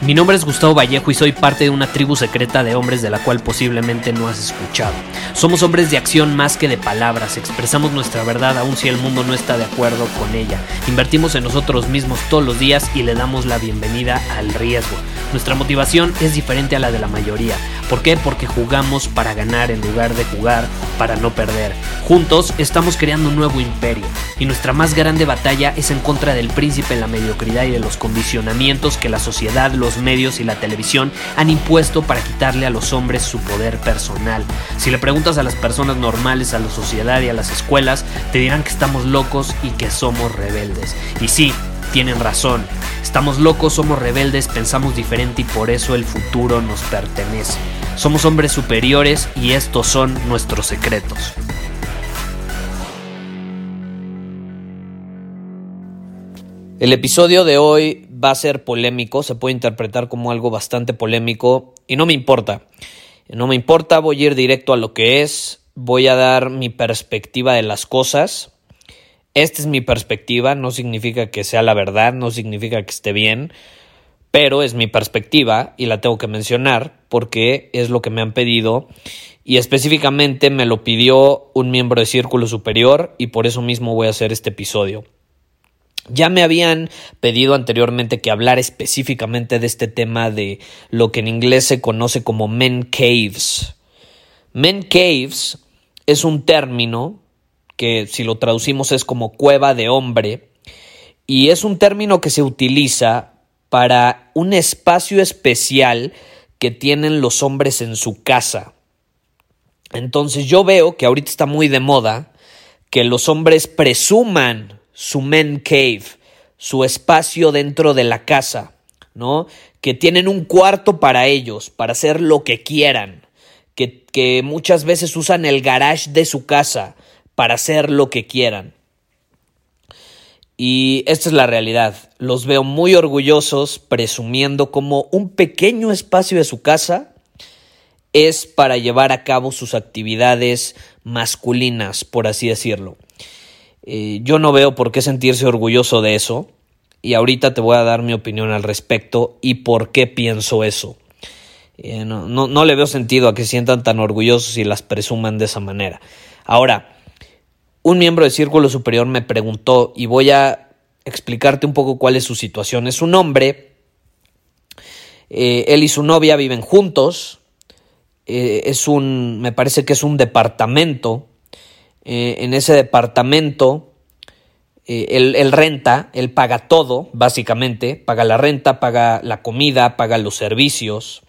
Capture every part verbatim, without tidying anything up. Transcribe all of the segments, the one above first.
Mi nombre es Gustavo Vallejo y soy parte de una tribu secreta de hombres de la cual posiblemente no has escuchado. Somos hombres de acción más que de palabras, expresamos nuestra verdad aun si el mundo no está de acuerdo con ella. Invertimos en nosotros mismos todos los días y le damos la bienvenida al riesgo. Nuestra motivación es diferente a la de la mayoría. ¿Por qué? Porque jugamos para ganar en lugar de jugar para no perder. Juntos estamos creando un nuevo imperio y nuestra más grande batalla es en contra del príncipe, la mediocridad y de los condicionamientos que la sociedad, los medios y la televisión han impuesto para quitarle a los hombres su poder personal. Si le preguntas a las personas normales, a la sociedad y a las escuelas, te dirán que estamos locos y que somos rebeldes. Y sí, tienen razón. Estamos locos, somos rebeldes, pensamos diferente y por eso el futuro nos pertenece. Somos hombres superiores y estos son nuestros secretos. El episodio de hoy va a ser polémico, se puede interpretar como algo bastante polémico y no me importa. No me importa, voy a ir directo a lo que es, voy a dar mi perspectiva de las cosas. Esta es mi perspectiva, no significa que sea la verdad, no significa que esté bien, pero es mi perspectiva y la tengo que mencionar porque es lo que me han pedido y específicamente me lo pidió un miembro de Círculo Superior y por eso mismo voy a hacer este episodio. Ya me habían pedido anteriormente que hablara específicamente de este tema de lo que en inglés se conoce como men caves. Men caves es un término que si lo traducimos es como cueva de hombre y es un término que se utiliza para un espacio especial que tienen los hombres en su casa. Entonces yo veo que ahorita está muy de moda que los hombres presuman su men cave, su espacio dentro de la casa, ¿no? Que tienen un cuarto para ellos, para hacer lo que quieran, que, que muchas veces usan el garage de su casa para hacer lo que quieran. Y esta es la realidad. Los veo muy orgullosos presumiendo como un pequeño espacio de su casa es para llevar a cabo sus actividades masculinas, por así decirlo. Eh, yo no veo por qué sentirse orgulloso de eso y ahorita te voy a dar mi opinión al respecto y por qué pienso eso. Eh, no, no, no le veo sentido a que se sientan tan orgullosos y las presuman de esa manera. Ahora, un miembro de Círculo Superior me preguntó y voy a explicarte un poco cuál es su situación. Es un hombre, eh, él y su novia viven juntos, eh, es un, me parece que es un departamento. Eh, en ese departamento eh, él, él renta, él paga todo básicamente, paga la renta, paga la comida, paga los servicios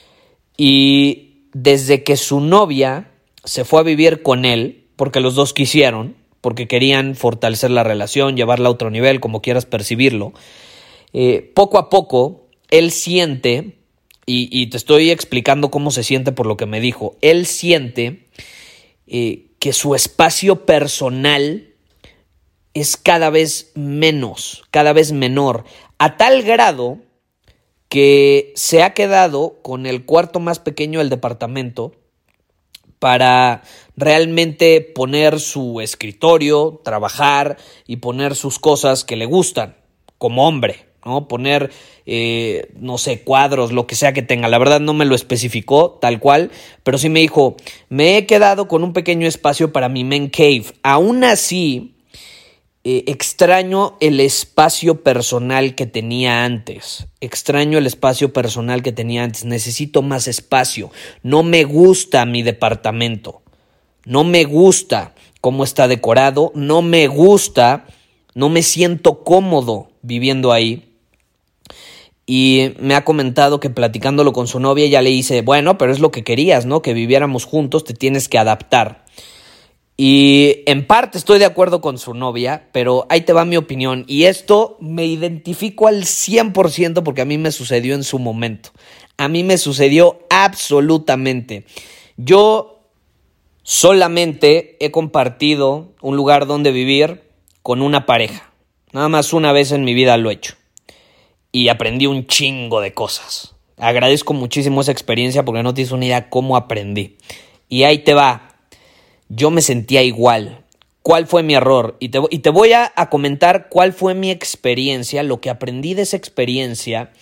y desde que su novia se fue a vivir con él, porque los dos quisieron, porque querían fortalecer la relación, llevarla a otro nivel, como quieras percibirlo, eh, poco a poco él siente, y, y te estoy explicando cómo se siente por lo que me dijo, él siente eh, que su espacio personal es cada vez menos, cada vez menor, a tal grado que se ha quedado con el cuarto más pequeño del departamento para realmente poner su escritorio, trabajar y poner sus cosas que le gustan como hombre, ¿no? Poner, eh, no sé, cuadros, lo que sea que tenga. La verdad no me lo especificó tal cual, pero sí me dijo, me he quedado con un pequeño espacio para mi men cave. Aún así, eh, extraño el espacio personal que tenía antes. Extraño el espacio personal que tenía antes. Necesito más espacio. No me gusta mi departamento. No me gusta cómo está decorado. No me gusta, no me siento cómodo viviendo ahí. Y me ha comentado que platicándolo con su novia ella le dice, bueno, pero es lo que querías, ¿no? Que viviéramos juntos, te tienes que adaptar. Y en parte estoy de acuerdo con su novia, pero ahí te va mi opinión. Y esto me identifico al cien por ciento porque a mí me sucedió en su momento. A mí me sucedió absolutamente. Yo solamente he compartido un lugar donde vivir con una pareja. Nada más una vez en mi vida lo he hecho. Y aprendí un chingo de cosas. Agradezco muchísimo esa experiencia porque no tienes una idea cómo aprendí. Y ahí te va. Yo me sentía igual. ¿Cuál fue mi error? Y te, y te voy a, a comentar cuál fue mi experiencia, lo que aprendí de esa experiencia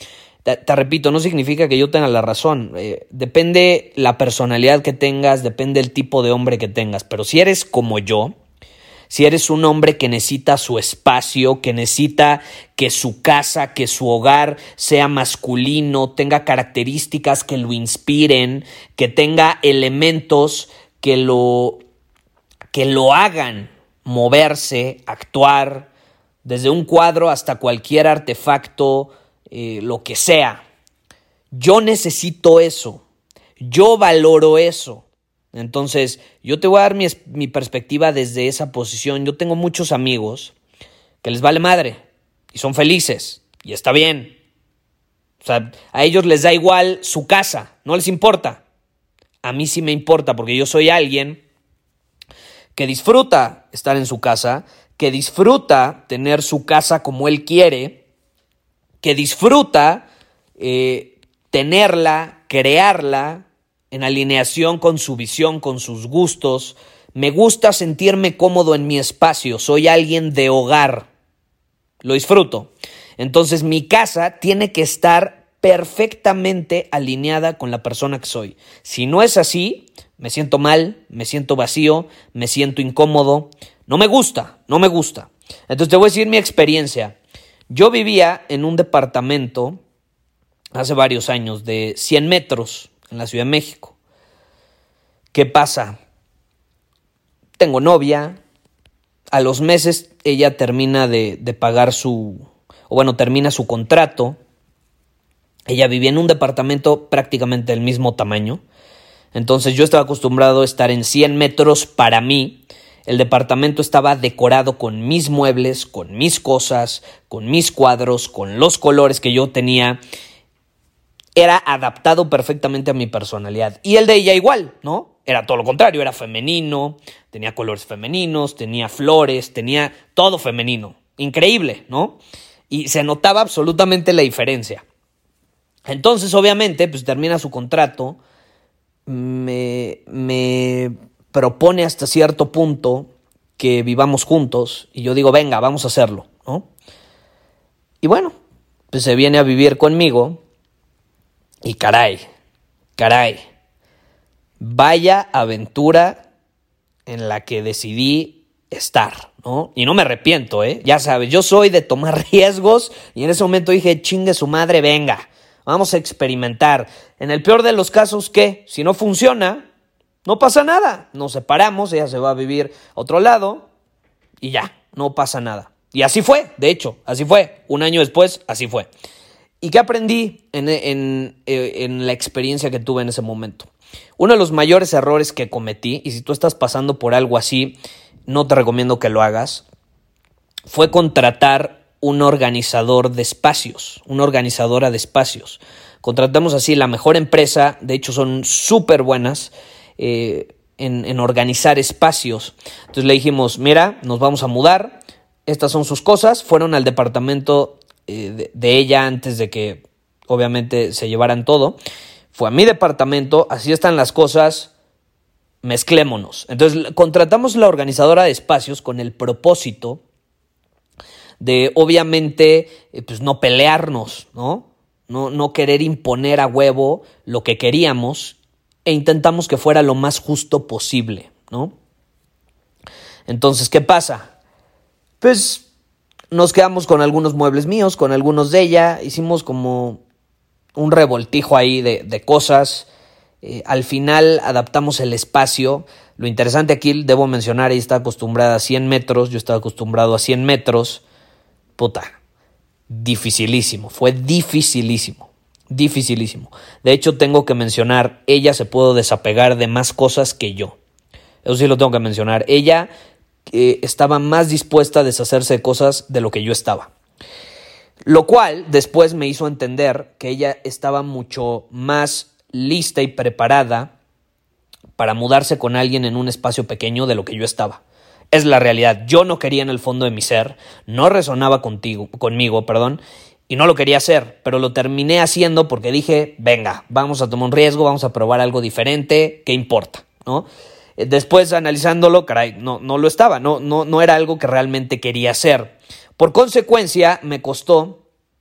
te, te repito, no significa que yo tenga la razón. Eh, depende la personalidad que tengas, depende el tipo de hombre que tengas. Pero si eres como yo, si eres un hombre que necesita su espacio, que necesita que su casa, que su hogar sea masculino, tenga características que lo inspiren, que tenga elementos que lo, que lo hagan moverse, actuar, desde un cuadro hasta cualquier artefacto, eh, lo que sea. Yo necesito eso. Yo valoro eso. Entonces, yo te voy a dar mi, mi perspectiva desde esa posición. Yo tengo muchos amigos que les vale madre y son felices y está bien. O sea, a ellos les da igual su casa, no les importa. A mí sí me importa porque yo soy alguien que disfruta estar en su casa, que disfruta tener su casa como él quiere, que disfruta eh, tenerla, crearla en alineación con su visión, con sus gustos. Me gusta sentirme cómodo en mi espacio, soy alguien de hogar, lo disfruto. Entonces mi casa tiene que estar perfectamente alineada con la persona que soy. Si no es así, me siento mal, me siento vacío, me siento incómodo. No me gusta, no me gusta. Entonces te voy a decir mi experiencia. Yo vivía en un departamento hace varios años de cien metros en la Ciudad de México. ¿Qué pasa? Tengo novia. A los meses ella termina de, de pagar su... O bueno, termina su contrato. Ella vivía en un departamento prácticamente del mismo tamaño. Entonces yo estaba acostumbrado a estar en cien metros para mí. El departamento estaba decorado con mis muebles, con mis cosas, con mis cuadros, con los colores que yo tenía. Era adaptado perfectamente a mi personalidad. Y el de ella igual, ¿no? Era todo lo contrario, era femenino, tenía colores femeninos, tenía flores, tenía todo femenino. Increíble, ¿no? Y se notaba absolutamente la diferencia. Entonces, obviamente, pues termina su contrato. Me, me propone hasta cierto punto que vivamos juntos y yo digo, venga, vamos a hacerlo, ¿no? Y bueno, pues se viene a vivir conmigo y caray, caray, vaya aventura en la que decidí estar, ¿no? Y no me arrepiento, ¿eh? Ya sabes, yo soy de tomar riesgos y en ese momento dije, chingue su madre, venga. Vamos a experimentar. En el peor de los casos, ¿qué? Si no funciona, no pasa nada. Nos separamos, ella se va a vivir a otro lado y ya, no pasa nada. Y así fue, de hecho, así fue. Un año después, así fue. ¿Y qué aprendí en, en, en la experiencia que tuve en ese momento? Uno de los mayores errores que cometí, y si tú estás pasando por algo así, no te recomiendo que lo hagas, fue contratar un organizador de espacios, una organizadora de espacios. Contratamos así la mejor empresa, de hecho son súper buenas eh, en, en organizar espacios. Entonces le dijimos, mira, nos vamos a mudar, estas son sus cosas. Fueron al departamento eh, de, de ella antes de que obviamente se llevaran todo. Fue a mi departamento, así están las cosas, mezclémonos. Entonces contratamos la organizadora de espacios con el propósito de obviamente eh, pues no pelearnos, ¿no? No, no querer imponer a huevo lo que queríamos e intentamos que fuera lo más justo posible, ¿no? Entonces, ¿qué pasa? Pues nos quedamos con algunos muebles míos, con algunos de ella, hicimos como un revoltijo ahí de, de cosas. Eh, al final adaptamos el espacio. Lo interesante aquí, debo mencionar, ella está acostumbrada a cien metros, yo estaba acostumbrado a cien metros. Puta, dificilísimo, fue dificilísimo, dificilísimo. De hecho, tengo que mencionar, ella se pudo desapegar de más cosas que yo. Eso sí lo tengo que mencionar. Ella eh, estaba más dispuesta a deshacerse de cosas de lo que yo estaba. Lo cual después me hizo entender que ella estaba mucho más lista y preparada para mudarse con alguien en un espacio pequeño de lo que yo estaba. Es la realidad. Yo no quería en el fondo de mi ser, no resonaba contigo, conmigo, perdón, y no lo quería hacer, pero lo terminé haciendo porque dije, venga, vamos a tomar un riesgo, vamos a probar algo diferente, ¿qué importa?, ¿no? Después, analizándolo, caray, no, no lo estaba, no, no, no era algo que realmente quería hacer. Por consecuencia, me costó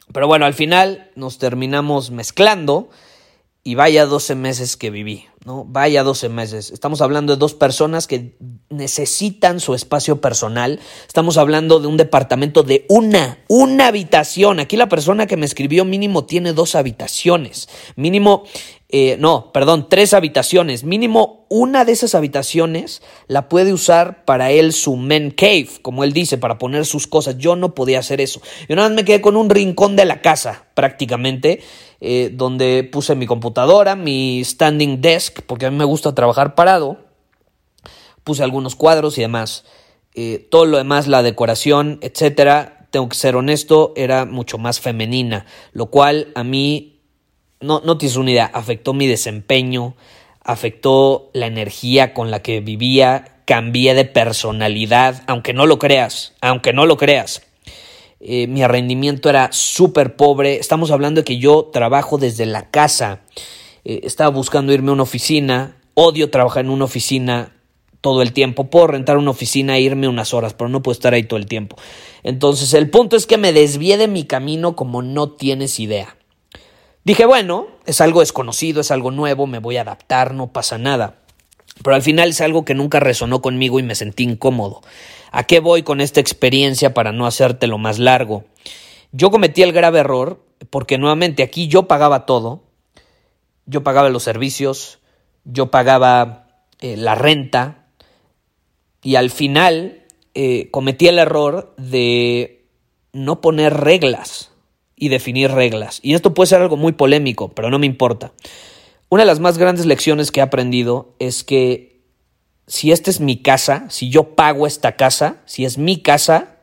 Pero bueno, al final nos terminamos mezclando y vaya doce meses que viví, ¿no? Vaya doce meses. Estamos hablando de dos personas que necesitan su espacio personal. Estamos hablando de un departamento de una, una habitación. Aquí la persona que me escribió mínimo tiene dos habitaciones. Mínimo, eh, no, perdón, tres habitaciones. Mínimo una de esas habitaciones la puede usar para él su man cave, como él dice, para poner sus cosas. Yo no podía hacer eso. Yo nada más me quedé con un rincón de la casa, prácticamente, eh, donde puse mi computadora, mi standing desk, porque a mí me gusta trabajar parado. Puse algunos cuadros y demás. Eh, todo lo demás, la decoración, etcétera, tengo que ser honesto, era mucho más femenina, lo cual a mí, no, no tienes una idea, afectó mi desempeño, afectó la energía con la que vivía, cambié de personalidad, aunque no lo creas, aunque no lo creas. Eh, mi rendimiento era súper pobre. Estamos hablando de que yo trabajo desde la casa. Eh, estaba buscando irme a una oficina. Odio trabajar en una oficina todo el tiempo. Puedo rentar una oficina e irme unas horas, pero no puedo estar ahí todo el tiempo. Entonces el punto es que me desvié de mi camino como no tienes idea. Dije, bueno, es algo desconocido, es algo nuevo, me voy a adaptar, no pasa nada. Pero al final es algo que nunca resonó conmigo y me sentí incómodo. ¿A qué voy con esta experiencia para no hacértelo más largo? Yo cometí el grave error porque nuevamente aquí yo pagaba todo. Yo pagaba los servicios, yo pagaba eh, la renta y al final eh, cometí el error de no poner reglas y definir reglas. Y esto puede ser algo muy polémico, pero no me importa. Una de las más grandes lecciones que he aprendido es que si esta es mi casa, si yo pago esta casa, si es mi casa,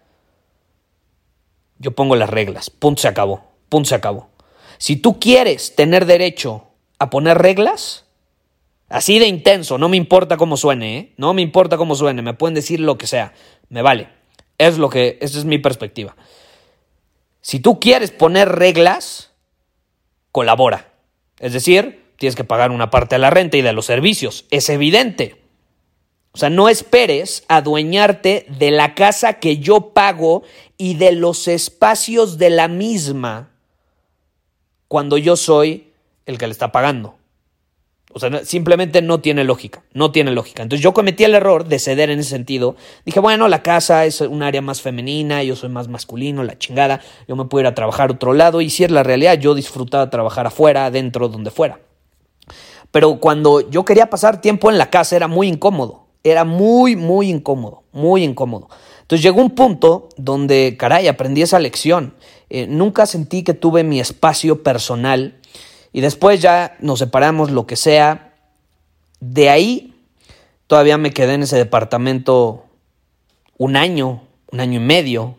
yo pongo las reglas. Punto, se acabó. Punto, se acabó. Si tú quieres tener derecho a poner reglas, así de intenso, no me importa cómo suene, ¿eh? No me importa cómo suene, me pueden decir lo que sea, me vale. Es lo que, esa es mi perspectiva. Si tú quieres poner reglas, colabora. Es decir, tienes que pagar una parte de la renta y de los servicios. Es evidente. O sea, no esperes adueñarte de la casa que yo pago y de los espacios de la misma cuando yo soy el que le está pagando. O sea, simplemente no tiene lógica, no tiene lógica. Entonces yo cometí el error de ceder en ese sentido. Dije, bueno, la casa es un área más femenina, yo soy más masculino, la chingada, yo me puedo ir a trabajar a otro lado. Y si es la realidad, yo disfrutaba trabajar afuera, adentro, donde fuera. Pero cuando yo quería pasar tiempo en la casa era muy incómodo. Era muy, muy incómodo, muy incómodo. Entonces llegó un punto donde, caray, aprendí esa lección. Eh, nunca sentí que tuve mi espacio personal y después ya nos separamos, lo que sea. De ahí todavía me quedé en ese departamento un año, un año y medio.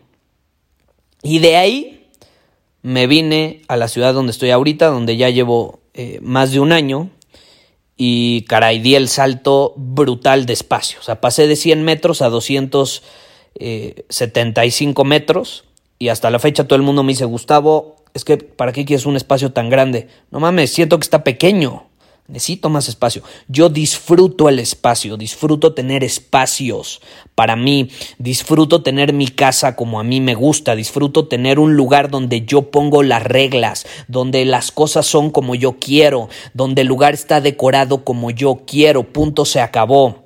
Y de ahí me vine a la ciudad donde estoy ahorita, donde ya llevo eh, más de un año. Y caray, di el salto brutal de espacio. O sea, pasé de cien metros a doscientos setenta y cinco metros. Y hasta la fecha todo el mundo me dice, Gustavo, es que ¿para qué quieres un espacio tan grande? No mames, siento que está pequeño. Necesito más espacio. Yo disfruto el espacio, disfruto tener espacios para mí, disfruto tener mi casa como a mí me gusta, disfruto tener un lugar donde yo pongo las reglas, donde las cosas son como yo quiero, donde el lugar está decorado como yo quiero, punto, se acabó.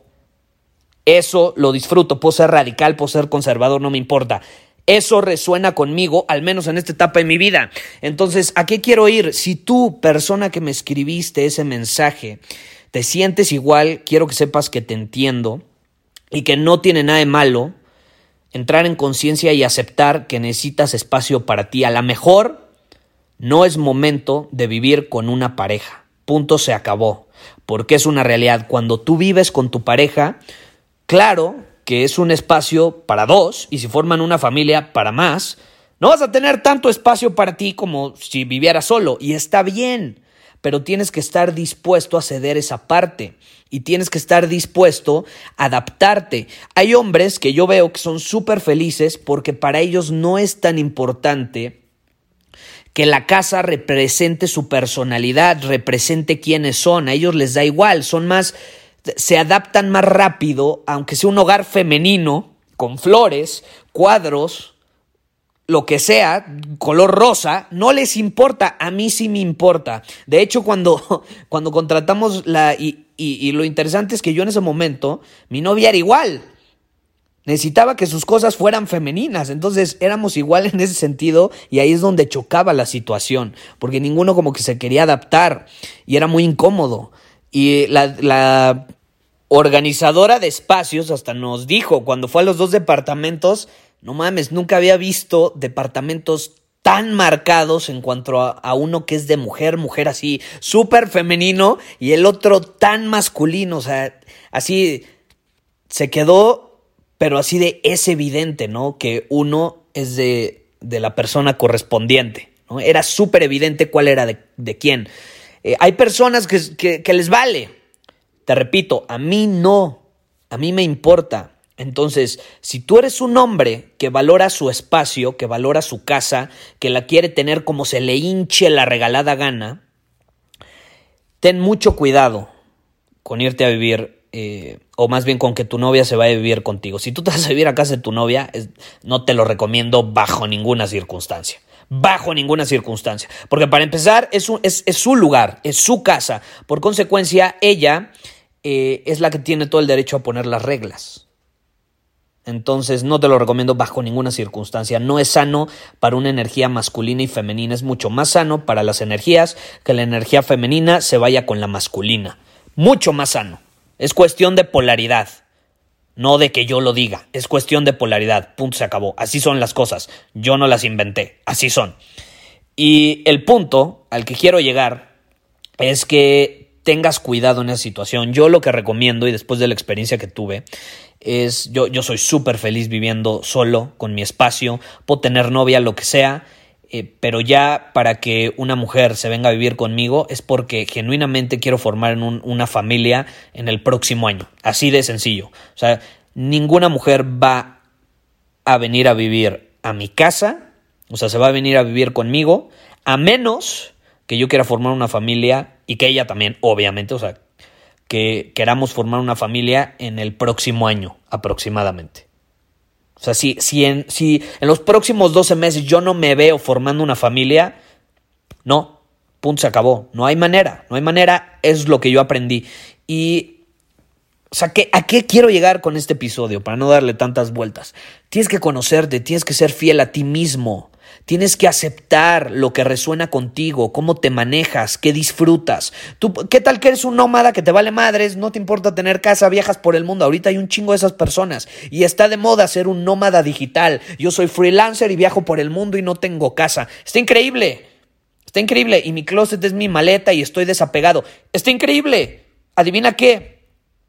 Eso lo disfruto, puedo ser radical, puedo ser conservador, no me importa. Eso resuena conmigo, al menos en esta etapa de mi vida. Entonces, ¿a qué quiero ir? Si tú, persona que me escribiste ese mensaje, te sientes igual, quiero que sepas que te entiendo y que no tiene nada de malo entrar en conciencia y aceptar que necesitas espacio para ti. A lo mejor no es momento de vivir con una pareja. Punto, se acabó. Porque es una realidad. Cuando tú vives con tu pareja, claro que es un espacio para dos, y si forman una familia para más, no vas a tener tanto espacio para ti como si vivieras solo, y está bien, pero tienes que estar dispuesto a ceder esa parte, y tienes que estar dispuesto a adaptarte. Hay hombres que yo veo que son súper felices porque para ellos no es tan importante que la casa represente su personalidad, represente quiénes son, a ellos les da igual, son más... se adaptan más rápido, aunque sea un hogar femenino, con flores, cuadros, lo que sea, color rosa, no les importa. A mí sí me importa. De hecho, cuando, cuando contratamos la... Y, y, y lo interesante es que yo en ese momento, mi novia era igual. Necesitaba que sus cosas fueran femeninas. Entonces éramos igual en ese sentido. Y ahí es donde chocaba la situación. Porque ninguno como que se quería adaptar. Y era muy incómodo. Y la... la organizadora de espacios hasta nos dijo, cuando fue a los dos departamentos, no mames, nunca había visto departamentos tan marcados en cuanto a, a uno que es de mujer, mujer así, súper femenino, y el otro tan masculino, o sea, así se quedó, pero así de es evidente, ¿no? Que uno es de, de la persona correspondiente, ¿no? Era súper evidente cuál era de, de quién. Eh, hay personas que, que, que les vale. Te repito, a mí no, a mí me importa. Entonces, si tú eres un hombre que valora su espacio, que valora su casa, que la quiere tener como se le hinche la regalada gana, ten mucho cuidado con irte a vivir, eh, o más bien con que tu novia se vaya a vivir contigo. Si tú te vas a vivir a casa de tu novia, es, no te lo recomiendo bajo ninguna circunstancia. Bajo ninguna circunstancia. Porque para empezar, es, un, es, es su lugar, es su casa. Por consecuencia, ella... Eh, es la que tiene todo el derecho a poner las reglas. Entonces no te lo recomiendo bajo ninguna circunstancia. No es sano para una energía masculina y femenina. Es mucho más sano para las energías que la energía femenina se vaya con la masculina. Mucho más sano. Es cuestión de polaridad. No de que yo lo diga. Es cuestión de polaridad. Punto, se acabó. Así son las cosas. Yo no las inventé. Así son. Y el punto al que quiero llegar es que tengas cuidado en esa situación. Yo lo que recomiendo, y después de la experiencia que tuve, es, yo, yo soy súper feliz viviendo solo, con mi espacio, puedo tener novia, lo que sea, eh, pero ya para que una mujer se venga a vivir conmigo es porque genuinamente quiero formar en un, una familia en el próximo año. Así de sencillo. O sea, ninguna mujer va a venir a vivir a mi casa, o sea, se va a venir a vivir conmigo, a menos que yo quiera formar una familia y que ella también, obviamente, o sea, que queramos formar una familia en el próximo año aproximadamente. O sea, si, si, en, si en los próximos doce meses yo no me veo formando una familia, no, punto, se acabó. No hay manera, no hay manera, es lo que yo aprendí. Y, o sea, ¿qué, ¿a qué quiero llegar con este episodio? Para no darle tantas vueltas. Tienes que conocerte, tienes que ser fiel a ti mismo. Tienes que aceptar lo que resuena contigo, cómo te manejas, qué disfrutas. ¿Tú, ¿Qué tal que eres un nómada que te vale madres, no te importa tener casa, viajas por el mundo? Ahorita hay un chingo de esas personas y está de moda ser un nómada digital. Yo soy freelancer y viajo por el mundo y no tengo casa. Está increíble, está increíble. Y mi closet es mi maleta y estoy desapegado. Está increíble. ¿Adivina qué?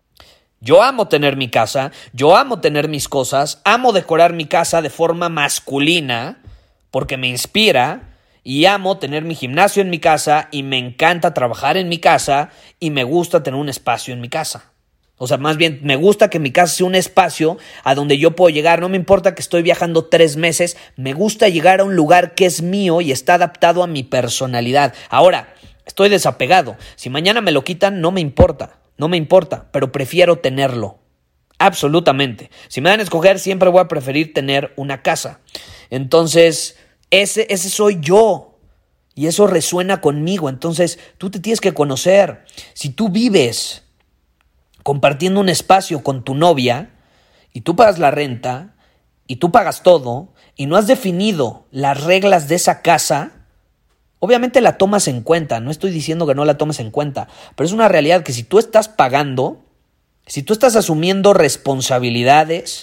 Yo amo tener mi casa, yo amo tener mis cosas, amo decorar mi casa de forma masculina, porque me inspira, y amo tener mi gimnasio en mi casa y me encanta trabajar en mi casa y me gusta tener un espacio en mi casa. O sea, más bien me gusta que mi casa sea un espacio a donde yo puedo llegar. No me importa que estoy viajando tres meses, me gusta llegar a un lugar que es mío y está adaptado a mi personalidad. Ahora, estoy desapegado. Si mañana me lo quitan, no me importa, no me importa, pero prefiero tenerlo. Absolutamente. Si me dan a escoger, siempre voy a preferir tener una casa. Entonces, ese, ese soy yo. Y eso resuena conmigo. Entonces, tú te tienes que conocer. Si tú vives compartiendo un espacio con tu novia y tú pagas la renta y tú pagas todo y no has definido las reglas de esa casa, obviamente la tomas en cuenta. No estoy diciendo que no la tomes en cuenta, pero es una realidad que si tú estás pagando, si tú estás asumiendo responsabilidades,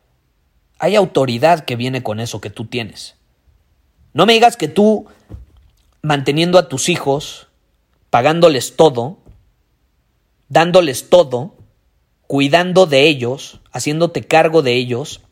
hay autoridad que viene con eso que tú tienes. No me digas que tú, manteniendo a tus hijos, pagándoles todo, dándoles todo, cuidando de ellos, haciéndote cargo de ellos,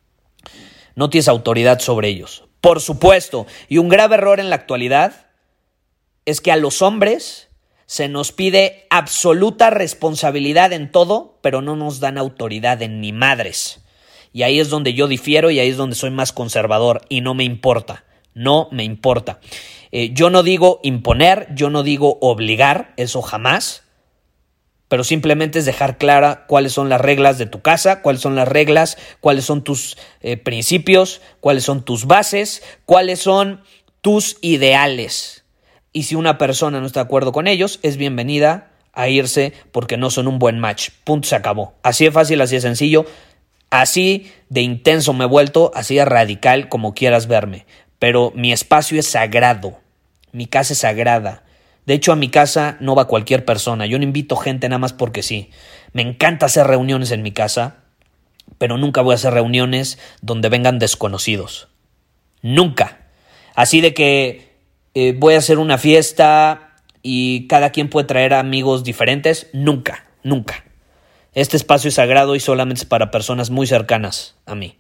no tienes autoridad sobre ellos. Por supuesto, y un grave error en la actualidad es que a los hombres se nos pide absoluta responsabilidad en todo, pero no nos dan autoridad en ni madres. Y ahí es donde yo difiero y ahí es donde soy más conservador y no me importa, no me importa. Eh, yo no digo imponer, yo no digo obligar, eso jamás, pero simplemente es dejar clara cuáles son las reglas de tu casa, cuáles son las reglas, cuáles son tus eh, principios, cuáles son tus bases, cuáles son tus ideales. Y si una persona no está de acuerdo con ellos, es bienvenida a irse porque no son un buen match. Punto, se acabó. Así de fácil, así de sencillo, así de intenso me he vuelto, así de radical como quieras verme. Pero mi espacio es sagrado, mi casa es sagrada. De hecho, a mi casa no va cualquier persona. Yo no invito gente nada más porque sí. Me encanta hacer reuniones en mi casa, pero nunca voy a hacer reuniones donde vengan desconocidos. Nunca. Así de que eh, voy a hacer una fiesta y cada quien puede traer amigos diferentes. Nunca, nunca. Este espacio es sagrado y solamente es para personas muy cercanas a mí.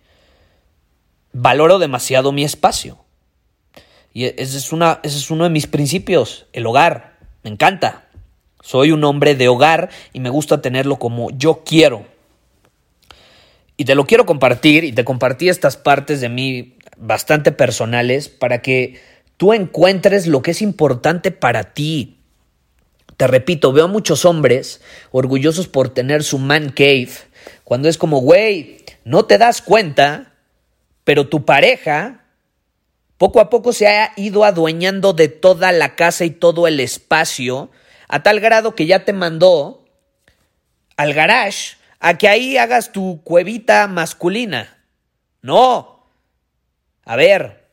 Valoro demasiado mi espacio. Y ese es, una, ese es uno de mis principios, el hogar. Me encanta. Soy un hombre de hogar y me gusta tenerlo como yo quiero. Y te lo quiero compartir, y te compartí estas partes de mí bastante personales para que tú encuentres lo que es importante para ti. Te repito, veo a muchos hombres orgullosos por tener su man cave, cuando es como, güey, no te das cuenta, pero tu pareja poco a poco se ha ido adueñando de toda la casa y todo el espacio, a tal grado que ya te mandó al garage a que ahí hagas tu cuevita masculina. No. A ver,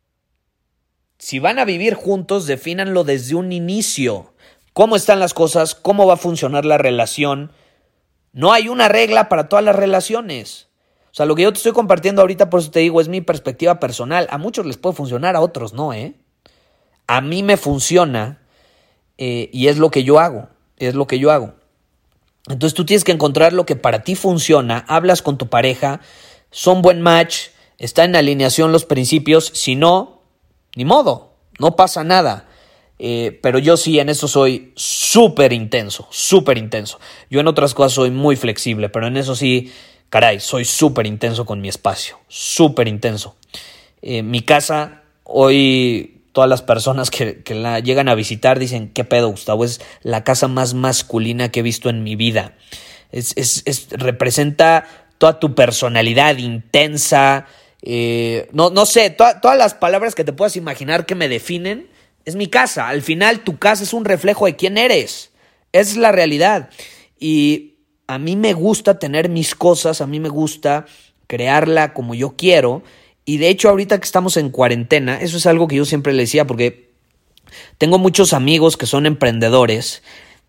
si van a vivir juntos, defínanlo desde un inicio. ¿Cómo están las cosas? ¿Cómo va a funcionar la relación? No hay una regla para todas las relaciones. O sea, lo que yo te estoy compartiendo ahorita, por eso te digo, es mi perspectiva personal. A muchos les puede funcionar, a otros no, ¿eh? A mí me funciona eh, y es lo que yo hago, es lo que yo hago. Entonces tú tienes que encontrar lo que para ti funciona, hablas con tu pareja, son buen match, está en alineación los principios, si no, ni modo, no pasa nada. Eh, pero yo sí en eso soy súper intenso, súper intenso. Yo en otras cosas soy muy flexible, pero en eso sí... Caray, soy súper intenso con mi espacio, súper intenso. Eh, mi casa, hoy todas las personas que, que la llegan a visitar dicen, ¿qué pedo, Gustavo? Es la casa más masculina que he visto en mi vida. Es, es, es, representa toda tu personalidad intensa, eh, no, no sé, to- todas las palabras que te puedas imaginar que me definen, es mi casa. Al final tu casa es un reflejo de quién eres. Esa es la realidad. Y a mí me gusta tener mis cosas, a mí me gusta crearla como yo quiero. Y de hecho ahorita que estamos en cuarentena, eso es algo que yo siempre le decía, porque tengo muchos amigos que son emprendedores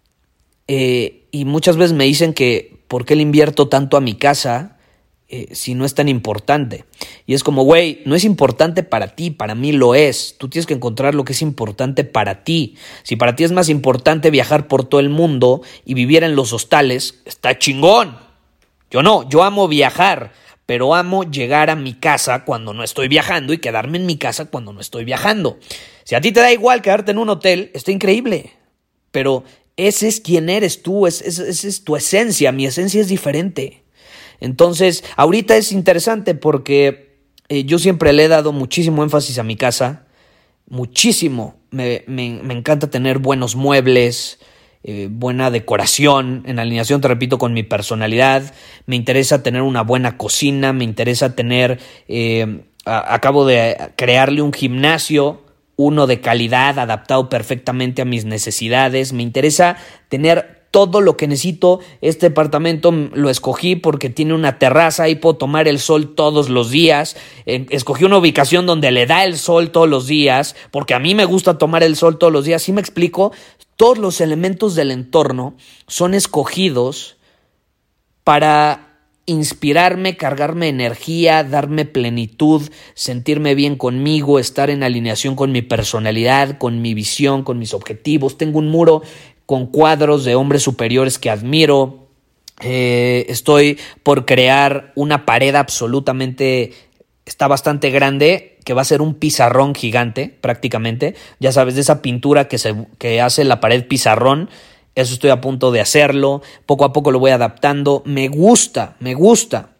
eh, y muchas veces me dicen que ¿por qué le invierto tanto a mi casa eh, si no es tan importante? Y es como, güey, no es importante para ti, para mí lo es. Tú tienes que encontrar lo que es importante para ti. Si para ti es más importante viajar por todo el mundo y vivir en los hostales, está chingón. Yo no, yo amo viajar, pero amo llegar a mi casa cuando no estoy viajando y quedarme en mi casa cuando no estoy viajando. Si a ti te da igual quedarte en un hotel, está increíble, pero ese es quien eres tú, esa es, es, es tu esencia, mi esencia es diferente. Entonces, ahorita es interesante porque eh, yo siempre le he dado muchísimo énfasis a mi casa, muchísimo. Me, me, me encanta tener buenos muebles, eh, buena decoración, en alineación, te repito, con mi personalidad. Me interesa tener una buena cocina, me interesa tener, eh, a, acabo de crearle un gimnasio, uno de calidad, adaptado perfectamente a mis necesidades. Me interesa tener todo lo que necesito. Este departamento lo escogí porque tiene una terraza y puedo tomar el sol todos los días. Eh, escogí una ubicación donde le da el sol todos los días porque a mí me gusta tomar el sol todos los días. ¿Sí me explico? Todos los elementos del entorno son escogidos para inspirarme, cargarme energía, darme plenitud, sentirme bien conmigo, estar en alineación con mi personalidad, con mi visión, con mis objetivos. Tengo un muro con cuadros de hombres superiores que admiro. Eh, estoy por crear una pared absolutamente, está bastante grande, que va a ser un pizarrón gigante prácticamente. Ya sabes, de esa pintura que, se, que hace la pared pizarrón. Eso estoy a punto de hacerlo. Poco a poco lo voy adaptando. Me gusta, me gusta.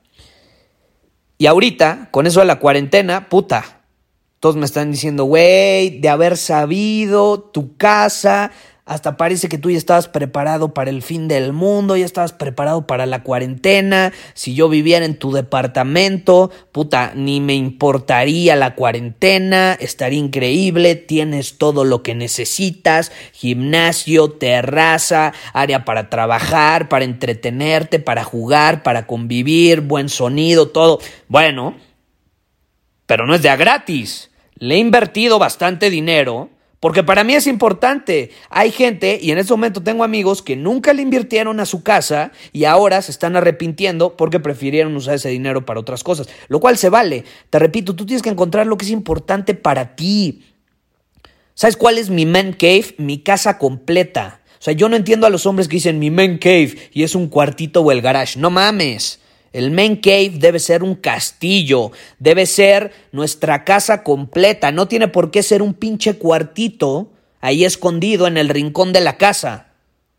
Y ahorita, con eso de la cuarentena, puta, todos me están diciendo, güey, de haber sabido tu casa, Hasta parece que tú ya estabas preparado para el fin del mundo, ya estabas preparado para la cuarentena. Si yo viviera en tu departamento, puta, ni me importaría la cuarentena, estaría increíble, tienes todo lo que necesitas, gimnasio, terraza, área para trabajar, para entretenerte, para jugar, para convivir, buen sonido, todo. Bueno, pero no es de a gratis. Le he invertido bastante dinero. Porque para mí es importante. Hay gente, y en este momento tengo amigos que nunca le invirtieron a su casa y ahora se están arrepintiendo porque prefirieron usar ese dinero para otras cosas. Lo cual se vale. Te repito, tú tienes que encontrar lo que es importante para ti. ¿Sabes cuál es mi man cave? Mi casa completa. O sea, yo no entiendo a los hombres que dicen mi man cave y es un cuartito o el garage. No mames. El man cave debe ser un castillo, debe ser nuestra casa completa, no tiene por qué ser un pinche cuartito ahí escondido en el rincón de la casa.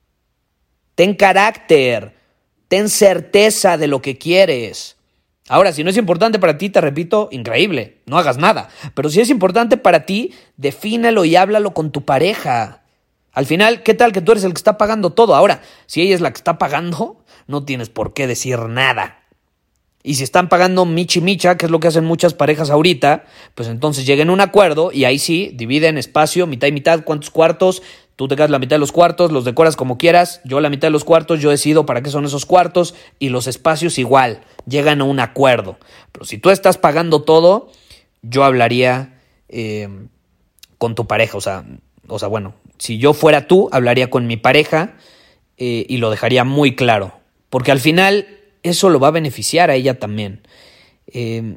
Ten carácter, ten certeza de lo que quieres. Ahora, si no es importante para ti, te repito, increíble, no hagas nada. Pero si es importante para ti, defínelo y háblalo con tu pareja. Al final, ¿qué tal que tú eres el que está pagando todo? Ahora, si ella es la que está pagando, no tienes por qué decir nada. Y si están pagando michi micha, que es lo que hacen muchas parejas ahorita, pues entonces lleguen a un acuerdo y ahí sí, dividen espacio, mitad y mitad, cuántos cuartos, tú te quedas la mitad de los cuartos, los decoras como quieras, yo la mitad de los cuartos, yo decido para qué son esos cuartos y los espacios igual, llegan a un acuerdo. Pero si tú estás pagando todo, yo hablaría eh, con tu pareja, o sea, o sea, bueno, si yo fuera tú, hablaría con mi pareja eh, y lo dejaría muy claro, porque al final eso lo va a beneficiar a ella también. Eh,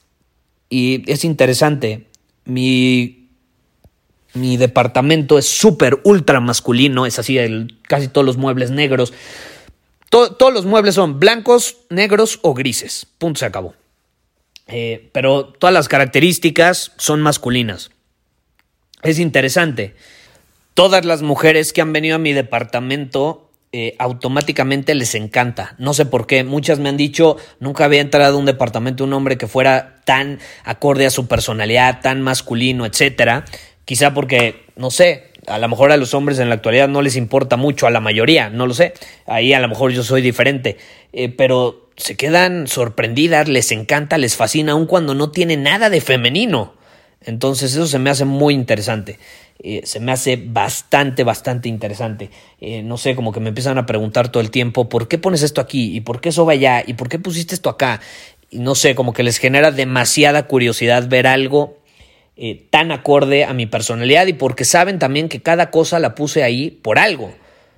y es interesante, mi, mi departamento es súper ultra masculino, es así, el, casi todos los muebles negros. To, todos los muebles son blancos, negros o grises. Punto, se acabó. Eh, pero todas las características son masculinas. Es interesante. Todas las mujeres que han venido a mi departamento Eh, automáticamente les encanta. No sé por qué. Muchas me han dicho, nunca había entrado a un departamento un hombre que fuera tan acorde a su personalidad, tan masculino, etcétera. Quizá porque, no sé, a lo mejor a los hombres en la actualidad no les importa mucho, a la mayoría, no lo sé. Ahí a lo mejor yo soy diferente. Eh, pero se quedan sorprendidas, les encanta, les fascina, aun cuando no tiene nada de femenino. Entonces eso se me hace muy interesante. Eh, se me hace bastante, bastante interesante. Eh, no sé, como que me empiezan a preguntar todo el tiempo, ¿por qué pones esto aquí? ¿Y por qué eso va allá? ¿Y por qué pusiste esto acá? Y no sé, como que les genera demasiada curiosidad ver algo eh, tan acorde a mi personalidad y porque saben también que cada cosa la puse ahí por algo.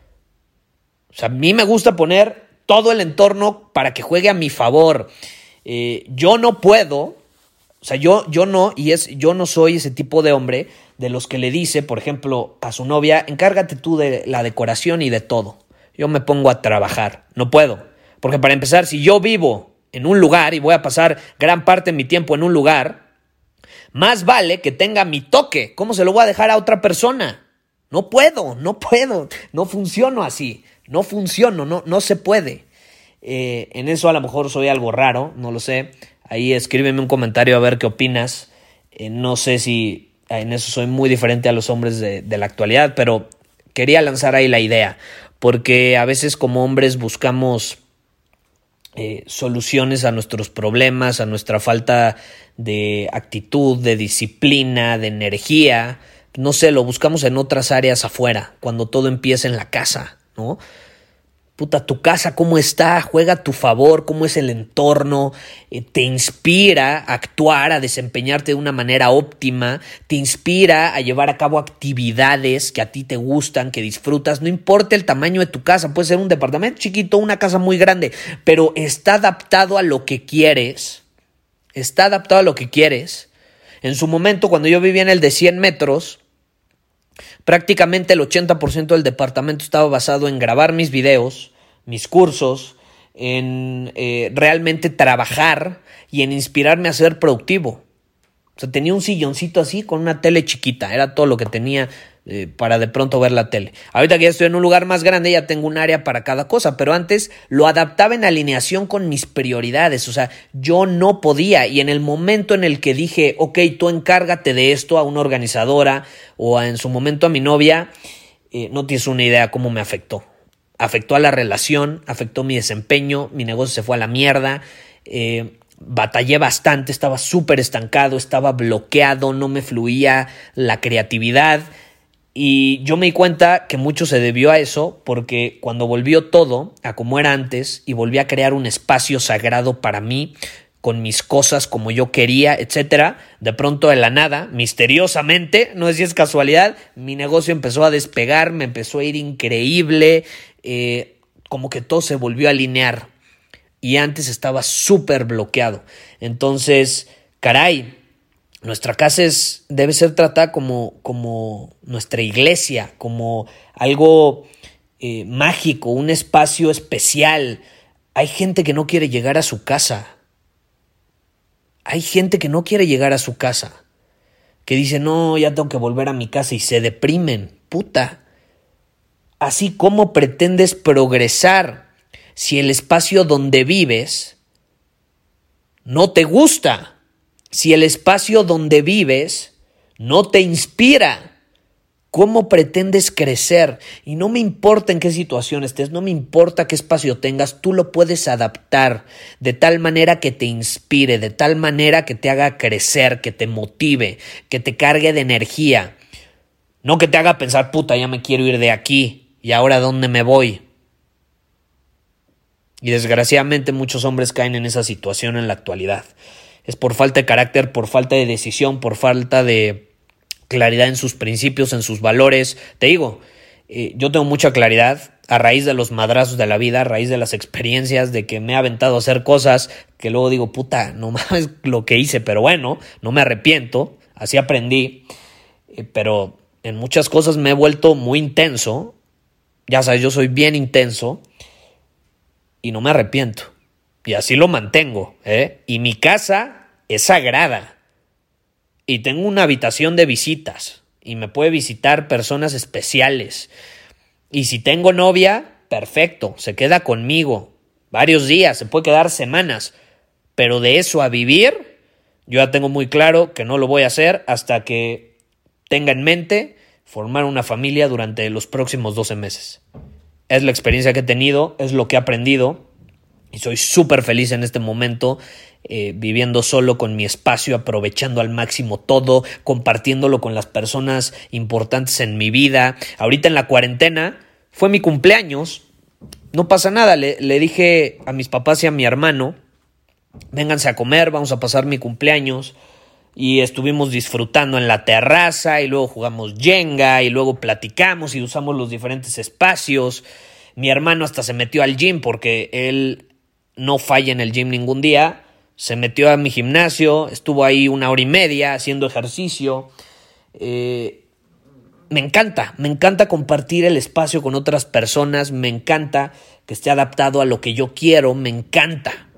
O sea, a mí me gusta poner todo el entorno para que juegue a mi favor. Eh, yo no puedo... O sea, yo, yo no, y es, yo no soy ese tipo de hombre de los que le dice, por ejemplo, a su novia, encárgate tú de la decoración y de todo. Yo me pongo a trabajar. No puedo. Porque para empezar, si yo vivo en un lugar y voy a pasar gran parte de mi tiempo en un lugar, más vale que tenga mi toque. ¿Cómo se lo voy a dejar a otra persona? No puedo, no puedo. No funciono así. No funciono, no, no se puede. Eh, en eso a lo mejor soy algo raro, no lo sé. Ahí escríbeme un comentario a ver qué opinas. Eh, no sé si en eso soy muy diferente a los hombres de, de la actualidad, pero quería lanzar ahí la idea, porque a veces como hombres buscamos eh, soluciones a nuestros problemas, a nuestra falta de actitud, de disciplina, de energía. No sé, lo buscamos en otras áreas afuera, cuando todo empieza en la casa, ¿no? Puta, tu casa, ¿cómo está? Juega a tu favor, ¿cómo es el entorno? Eh, te inspira a actuar, a desempeñarte de una manera óptima, te inspira a llevar a cabo actividades que a ti te gustan, que disfrutas, no importa el tamaño de tu casa, puede ser un departamento chiquito, una casa muy grande, pero está adaptado a lo que quieres, está adaptado a lo que quieres. En su momento, cuando yo vivía en el de cien metros, prácticamente el ochenta por ciento del departamento estaba basado en grabar mis videos, mis cursos, en eh, realmente trabajar y en inspirarme a ser productivo. O sea, tenía un silloncito así con una tele chiquita, era todo lo que tenía eh, para de pronto ver la tele. Ahorita que ya estoy en un lugar más grande ya tengo un área para cada cosa, pero antes lo adaptaba en alineación con mis prioridades. O sea, yo no podía, y en el momento en el que dije, ok, tú encárgate de esto a una organizadora o a, en su momento a mi novia, eh, no tienes una idea cómo me afectó. Afectó a la relación, afectó mi desempeño, mi negocio se fue a la mierda, eh, batallé bastante, estaba súper estancado, estaba bloqueado, no me fluía la creatividad. Y yo me di cuenta que mucho se debió a eso porque cuando volvió todo a como era antes y volví a crear un espacio sagrado para mí, con mis cosas como yo quería, etcétera, de pronto de la nada, misteriosamente, no sé si es casualidad, mi negocio empezó a despegar, me empezó a ir increíble, eh, como que todo se volvió a alinear y antes estaba súper bloqueado. Entonces, caray, nuestra casa es, debe ser tratada como, como nuestra iglesia, como algo eh, mágico, un espacio especial. Hay gente que no quiere llegar a su casa. Hay gente que no quiere llegar a su casa, que dice, no, ya tengo que volver a mi casa y se deprimen. Puta, así como pretendes progresar si el espacio donde vives no te gusta, si el espacio donde vives no te inspira. ¿Cómo pretendes crecer? Y no me importa en qué situación estés, no me importa qué espacio tengas, tú lo puedes adaptar de tal manera que te inspire, de tal manera que te haga crecer, que te motive, que te cargue de energía. No que te haga pensar, puta, ya me quiero ir de aquí, ¿y ahora dónde me voy? Y desgraciadamente muchos hombres caen en esa situación en la actualidad. Es por falta de carácter, por falta de decisión, por falta de claridad en sus principios, en sus valores. Te digo, eh, yo tengo mucha claridad a raíz de los madrazos de la vida, a raíz de las experiencias, de que me he aventado a hacer cosas que luego digo, puta, no mames lo que hice, pero bueno, no me arrepiento, así aprendí, eh, pero en muchas cosas me he vuelto muy intenso, ya sabes, yo soy bien intenso y no me arrepiento, y así lo mantengo, ¿eh? Y mi casa es sagrada. Y tengo una habitación de visitas y me puede visitar personas especiales. Y si tengo novia, perfecto, se queda conmigo varios días, se puede quedar semanas. Pero de eso a vivir, yo ya tengo muy claro que no lo voy a hacer hasta que tenga en mente formar una familia durante los próximos doce meses. Es la experiencia que he tenido, es lo que he aprendido y soy súper feliz en este momento. Eh, viviendo solo con mi espacio, aprovechando al máximo todo, compartiéndolo con las personas importantes en mi vida. Ahorita en la cuarentena fue mi cumpleaños, no pasa nada, le, le dije a mis papás y a mi hermano, vénganse a comer, vamos a pasar mi cumpleaños, y estuvimos disfrutando en la terraza, y luego jugamos Jenga, y luego platicamos y usamos los diferentes espacios. Mi hermano hasta se metió al gym porque él no falla en el gym ningún día. Se metió a mi gimnasio, estuvo ahí una hora y media haciendo ejercicio. Eh, me encanta, me encanta compartir el espacio con otras personas, me encanta que esté adaptado a lo que yo quiero, me encanta.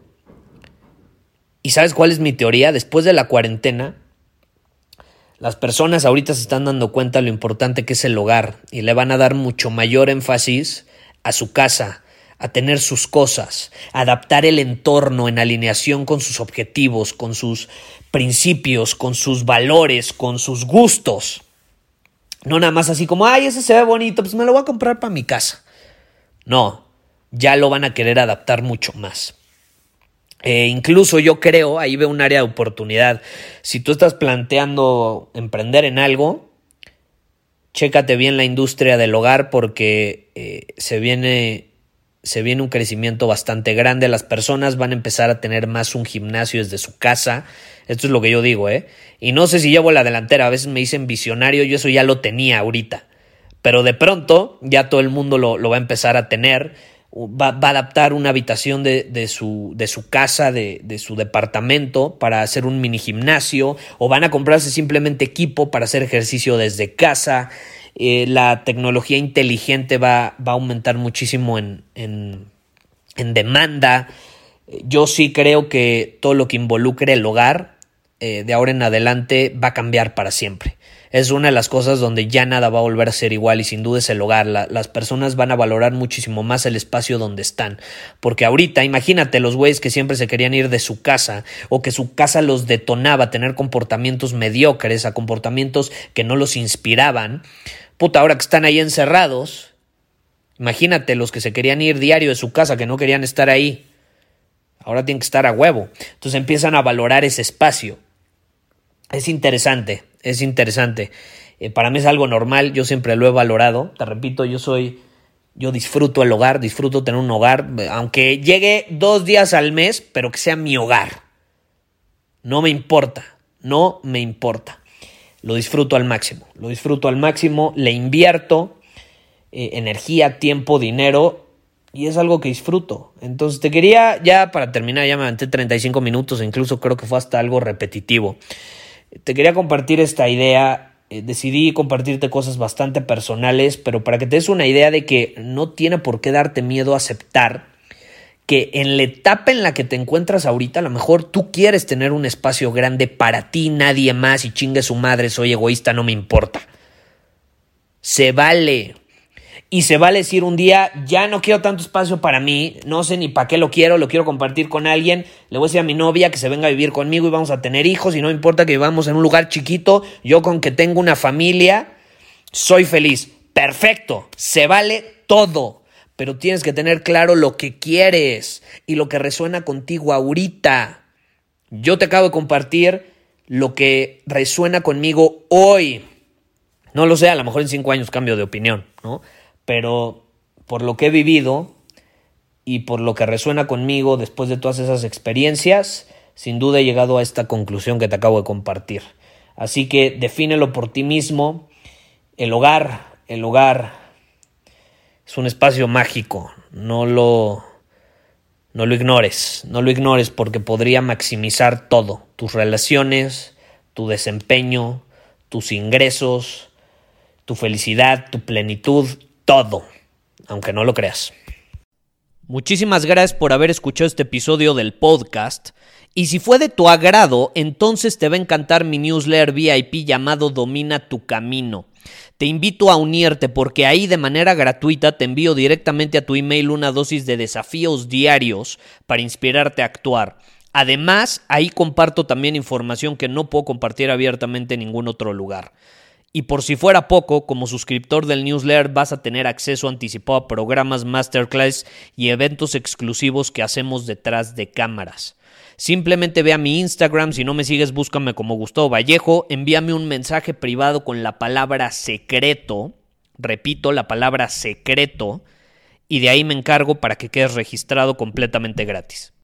¿Y sabes cuál es mi teoría? Después de la cuarentena, las personas ahorita se están dando cuenta de lo importante que es el hogar y le van a dar mucho mayor énfasis a su casa, a tener sus cosas, a adaptar el entorno en alineación con sus objetivos, con sus principios, con sus valores, con sus gustos. No nada más así como, ay, ese se ve bonito, pues me lo voy a comprar para mi casa. No, ya lo van a querer adaptar mucho más. Eh, incluso yo creo, ahí veo un área de oportunidad. Si tú estás planteando emprender en algo, chécate bien la industria del hogar porque eh, se viene... Se viene un crecimiento bastante grande. Las personas van a empezar a tener más un gimnasio desde su casa. Esto es lo que yo digo, ¿eh? Y no sé si llevo la delantera. A veces me dicen visionario. Yo eso ya lo tenía ahorita. Pero de pronto ya todo el mundo lo, lo va a empezar a tener. Va, va a adaptar una habitación de, de, su, de su casa, de, de su departamento para hacer un mini gimnasio. O van a comprarse simplemente equipo para hacer ejercicio desde casa. Eh, la tecnología inteligente va, va a aumentar muchísimo en, en, en demanda. Yo sí creo que todo lo que involucre el hogar eh, de ahora en adelante va a cambiar para siempre. Es una de las cosas donde ya nada va a volver a ser igual y sin duda es el hogar. La, las personas van a valorar muchísimo más el espacio donde están. Porque ahorita, imagínate los güeyes que siempre se querían ir de su casa o que su casa los detonaba a tener comportamientos mediocres, a comportamientos que no los inspiraban. Puta, ahora que están ahí encerrados, imagínate los que se querían ir diario de su casa, que no querían estar ahí. Ahora tienen que estar a huevo. Entonces empiezan a valorar ese espacio. Es interesante, es interesante. Eh, para mí es algo normal, yo siempre lo he valorado. Te repito, yo soy, yo disfruto el hogar, disfruto tener un hogar, aunque llegue dos días al mes, pero que sea mi hogar. No me importa, no me importa. Lo disfruto al máximo, lo disfruto al máximo, le invierto eh, energía, tiempo, dinero y es algo que disfruto. Entonces te quería, ya para terminar, ya me aventé treinta y cinco minutos, incluso creo que fue hasta algo repetitivo. Te quería compartir esta idea. Eh, decidí compartirte cosas bastante personales, pero para que te des una idea de que no tiene por qué darte miedo aceptar que en la etapa en la que te encuentras ahorita, a lo mejor tú quieres tener un espacio grande para ti, nadie más, y chingue su madre, soy egoísta, no me importa. Se vale. Y se vale decir un día, ya no quiero tanto espacio para mí, no sé ni para qué lo quiero, lo quiero compartir con alguien, le voy a decir a mi novia que se venga a vivir conmigo y vamos a tener hijos y no me importa que vivamos en un lugar chiquito, yo con que tengo una familia, soy feliz. Perfecto, se vale todo, pero tienes que tener claro lo que quieres y lo que resuena contigo ahorita. Yo te acabo de compartir lo que resuena conmigo hoy. No lo sé, a lo mejor en cinco años cambio de opinión, ¿no? Pero por lo que he vivido y por lo que resuena conmigo después de todas esas experiencias, sin duda he llegado a esta conclusión que te acabo de compartir. Así que defínelo por ti mismo. El hogar, el hogar es un espacio mágico. No lo, no lo ignores, no lo ignores porque podría maximizar todo. Tus relaciones, tu desempeño, tus ingresos, tu felicidad, tu plenitud, todo, aunque no lo creas. Muchísimas gracias por haber escuchado este episodio del podcast. Y si fue de tu agrado, entonces te va a encantar mi newsletter V I P llamado Domina tu Camino. Te invito a unirte porque ahí de manera gratuita te envío directamente a tu email una dosis de desafíos diarios para inspirarte a actuar. Además, ahí comparto también información que no puedo compartir abiertamente en ningún otro lugar. Y por si fuera poco, como suscriptor del newsletter vas a tener acceso anticipado a programas, masterclass y eventos exclusivos que hacemos detrás de cámaras. Simplemente ve a mi Instagram, si no me sigues búscame como Gustavo Vallejo, envíame un mensaje privado con la palabra secreto, repito, la palabra secreto, y de ahí me encargo para que quedes registrado completamente gratis.